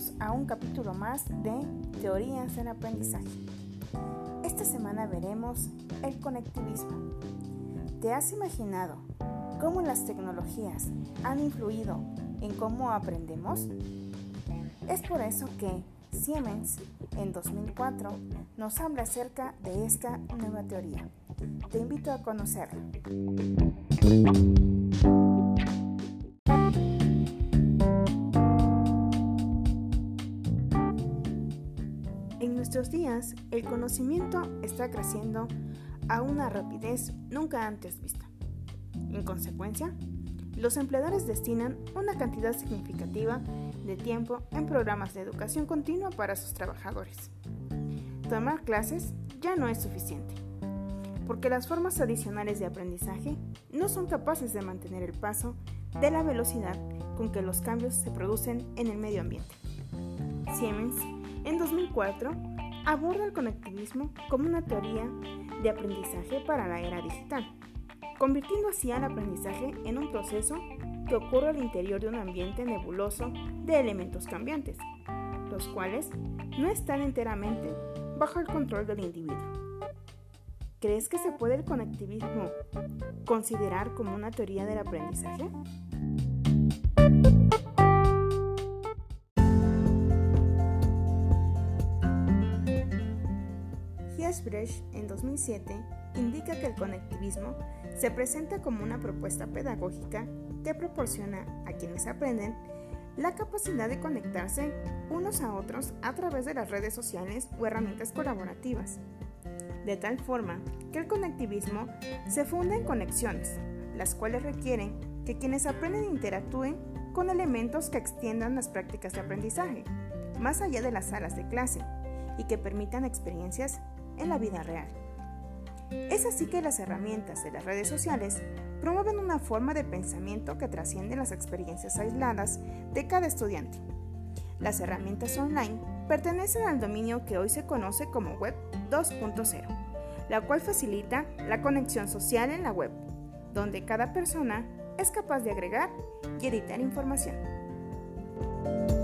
Bienvenidos a un capítulo más de Teorías del Aprendizaje. Esta semana veremos el conectivismo. ¿Te has imaginado cómo las tecnologías han influido en cómo aprendemos? Es por eso que Siemens, en 2004, nos habla acerca de esta nueva teoría. Te invito a conocerla. En nuestros días, el conocimiento está creciendo a una rapidez nunca antes vista. En consecuencia, los empleadores destinan una cantidad significativa de tiempo en programas de educación continua para sus trabajadores. Tomar clases ya no es suficiente, porque las formas tradicionales de aprendizaje no son capaces de mantener el paso de la velocidad con que los cambios se producen en el medio ambiente. Siemens, en 2004, aborda el conectivismo como una teoría de aprendizaje para la era digital, convirtiendo así al aprendizaje en un proceso que ocurre al interior de un ambiente nebuloso de elementos cambiantes, los cuales no están enteramente bajo el control del individuo. ¿Crees que se puede el conectivismo considerar como una teoría del aprendizaje? Giesbrecht, en 2007, indica que el conectivismo se presenta como una propuesta pedagógica que proporciona a quienes aprenden la capacidad de conectarse unos a otros a través de las redes sociales o herramientas colaborativas, de tal forma que el conectivismo se funda en conexiones, las cuales requieren que quienes aprenden interactúen con elementos que extiendan las prácticas de aprendizaje, más allá de las salas de clase, y que permitan experiencias en la vida real. Es así que las herramientas de las redes sociales promueven una forma de pensamiento que trasciende las experiencias aisladas de cada estudiante. Las herramientas online pertenecen al dominio que hoy se conoce como Web 2.0, la cual facilita la conexión social en la web, donde cada persona es capaz de agregar y editar información.